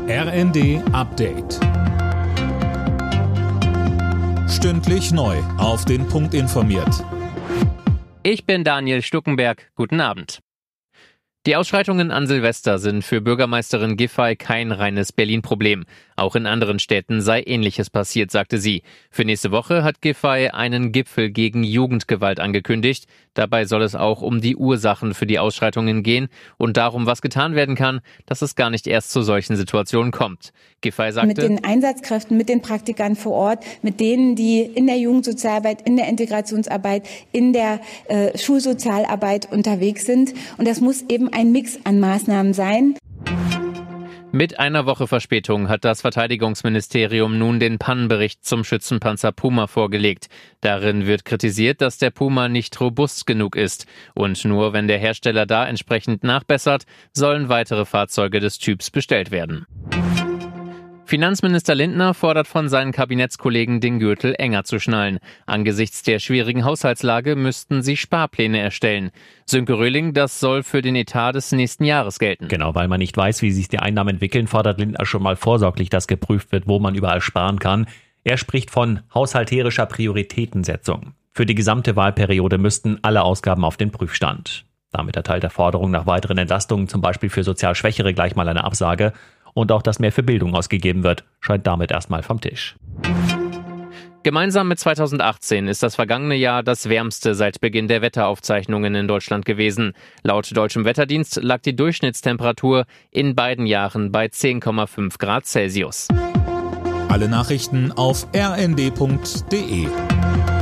RND Update. Stündlich neu auf den Punkt informiert. Ich bin Daniel Stuckenberg. Guten Abend. Die Ausschreitungen an Silvester sind für Bürgermeisterin Giffey kein reines Berlin-Problem. Auch in anderen Städten sei Ähnliches passiert, sagte sie. Für nächste Woche hat Giffey einen Gipfel gegen Jugendgewalt angekündigt. Dabei soll es auch um die Ursachen für die Ausschreitungen gehen und darum, was getan werden kann, dass es gar nicht erst zu solchen Situationen kommt. Giffey sagte: Mit den Einsatzkräften, mit den Praktikanten vor Ort, mit denen, die in der Jugendsozialarbeit, in der Integrationsarbeit, in der Schulsozialarbeit unterwegs sind. Und das muss eben ein Mix an Maßnahmen sein. Mit einer Woche Verspätung hat das Verteidigungsministerium nun den Pannenbericht zum Schützenpanzer Puma vorgelegt. Darin wird kritisiert, dass der Puma nicht robust genug ist. Und nur wenn der Hersteller da entsprechend nachbessert, sollen weitere Fahrzeuge des Typs bestellt werden. Finanzminister Lindner fordert von seinen Kabinettskollegen, den Gürtel enger zu schnallen. Angesichts der schwierigen Haushaltslage müssten sie Sparpläne erstellen. Sönke Röhling, das soll für den Etat des nächsten Jahres gelten. Genau, weil man nicht weiß, wie sich die Einnahmen entwickeln, fordert Lindner schon mal vorsorglich, dass geprüft wird, wo man überall sparen kann. Er spricht von haushalterischer Prioritätensetzung. Für die gesamte Wahlperiode müssten alle Ausgaben auf den Prüfstand. Damit erteilt er Forderungen nach weiteren Entlastungen, zum Beispiel für sozial Schwächere, gleich mal eine Absage. Und auch, dass mehr für Bildung ausgegeben wird, scheint damit erstmal vom Tisch. Gemeinsam mit 2018 ist das vergangene Jahr das wärmste seit Beginn der Wetteraufzeichnungen in Deutschland gewesen. Laut Deutschem Wetterdienst lag die Durchschnittstemperatur in beiden Jahren bei 10,5 Grad Celsius. Alle Nachrichten auf rnd.de.